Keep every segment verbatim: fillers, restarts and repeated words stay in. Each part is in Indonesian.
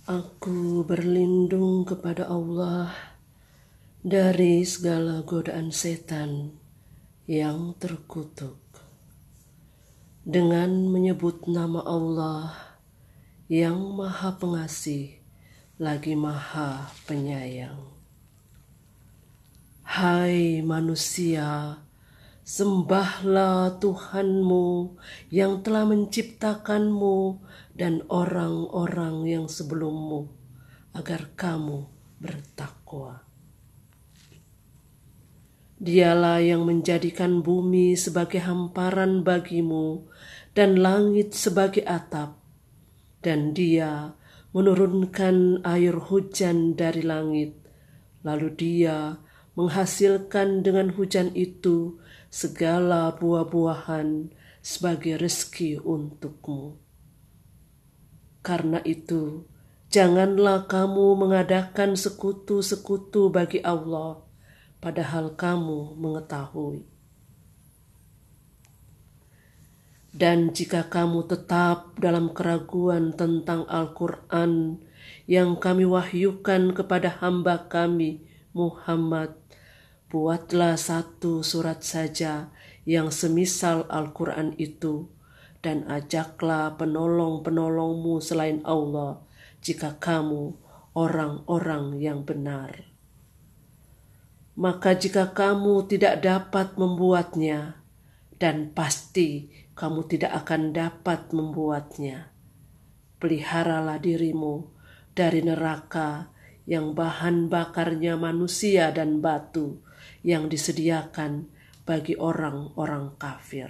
Aku berlindung kepada Allah dari segala godaan setan yang terkutuk. Dengan menyebut nama Allah yang Maha Pengasih lagi Maha Penyayang. Hai manusia, sembahlah Tuhanmu yang telah menciptakanmu dan orang-orang yang sebelummu, agar kamu bertakwa. Dialah yang menjadikan bumi sebagai hamparan bagimu dan langit sebagai atap, dan Dia menurunkan air hujan dari langit, lalu Dia menghasilkan dengan hujan itu segala buah-buahan sebagai rezeki untukmu. Karena itu, janganlah kamu mengadakan sekutu-sekutu bagi Allah, padahal kamu mengetahui. Dan jika kamu tetap dalam keraguan tentang Al-Quran yang kami wahyukan kepada hamba kami, Muhammad, buatlah satu surat saja yang semisal Al-Quran itu, dan ajaklah penolong-penolongmu selain Allah jika kamu orang-orang yang benar. Maka jika kamu tidak dapat membuatnya, dan pasti kamu tidak akan dapat membuatnya, peliharalah dirimu dari neraka yang bahan bakarnya manusia dan batu yang disediakan bagi orang-orang kafir.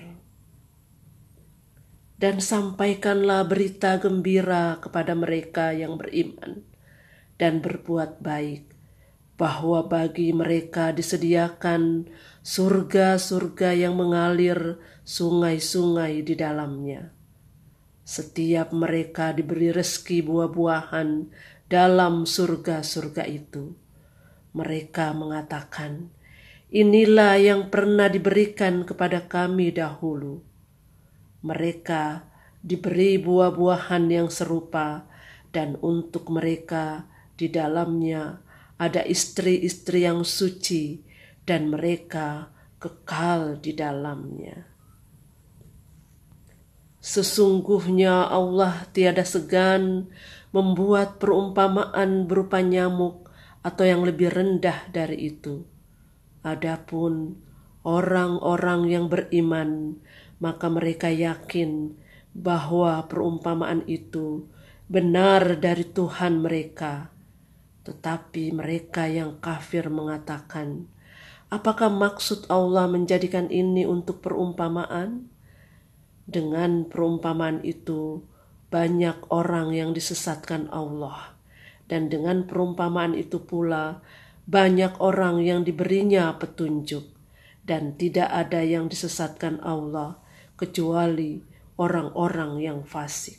Dan sampaikanlah berita gembira kepada mereka yang beriman dan berbuat baik, bahwa bagi mereka disediakan surga-surga yang mengalir sungai-sungai di dalamnya. Setiap mereka diberi rezeki buah-buahan dalam surga-surga itu. Mereka mengatakan, inilah yang pernah diberikan kepada kami dahulu. Mereka diberi buah-buahan yang serupa, dan untuk mereka di dalamnya ada istri-istri yang suci, dan mereka kekal di dalamnya. Sesungguhnya Allah tiada segan membuat perumpamaan berupa nyamuk atau yang lebih rendah dari itu. Adapun orang-orang yang beriman, maka mereka yakin bahwa perumpamaan itu benar dari Tuhan mereka. Tetapi mereka yang kafir mengatakan, apakah maksud Allah menjadikan ini untuk perumpamaan? Dengan perumpamaan itu, banyak orang yang disesatkan Allah. Dan dengan perumpamaan itu pula, banyak orang yang diberinya petunjuk. Dan tidak ada yang disesatkan Allah, kecuali orang-orang yang fasik.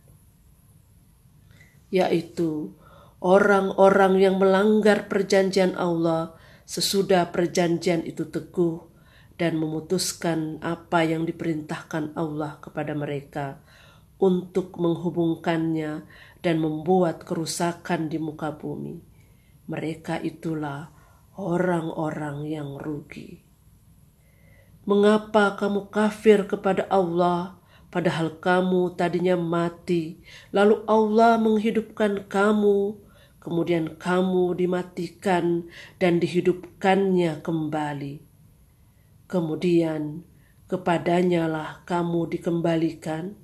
Yaitu orang-orang yang melanggar perjanjian Allah sesudah perjanjian itu teguh dan memutuskan apa yang diperintahkan Allah kepada mereka untuk menghubungkannya dan membuat kerusakan di muka bumi. Mereka itulah orang-orang yang rugi. Mengapa kamu kafir kepada Allah, padahal kamu tadinya mati, lalu Allah menghidupkan kamu, kemudian kamu dimatikan dan dihidupkannya kembali. Kemudian kepadanyalah kamu dikembalikan.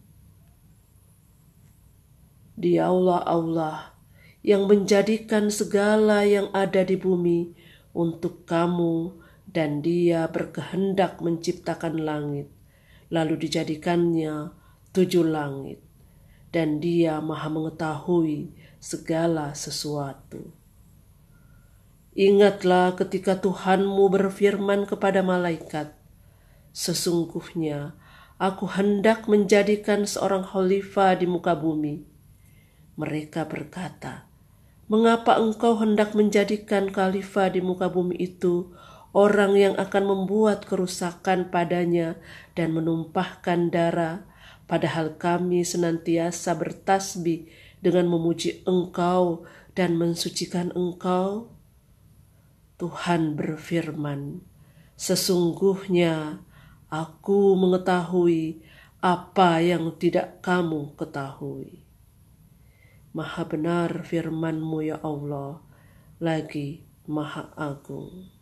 Dialah Allah yang menjadikan segala yang ada di bumi untuk kamu, dan Dia berkehendak menciptakan langit, lalu dijadikannya tujuh langit, dan Dia Maha mengetahui segala sesuatu. Ingatlah ketika Tuhanmu berfirman kepada malaikat, sesungguhnya aku hendak menjadikan seorang khalifah di muka bumi. Mereka berkata, mengapa engkau hendak menjadikan khalifah di muka bumi itu orang yang akan membuat kerusakan padanya dan menumpahkan darah, padahal kami senantiasa bertasbih dengan memuji Engkau dan mensucikan Engkau? Tuhan berfirman, sesungguhnya Aku mengetahui apa yang tidak kamu ketahui. Maha benar firman-Mu ya Allah, lagi Maha Agung.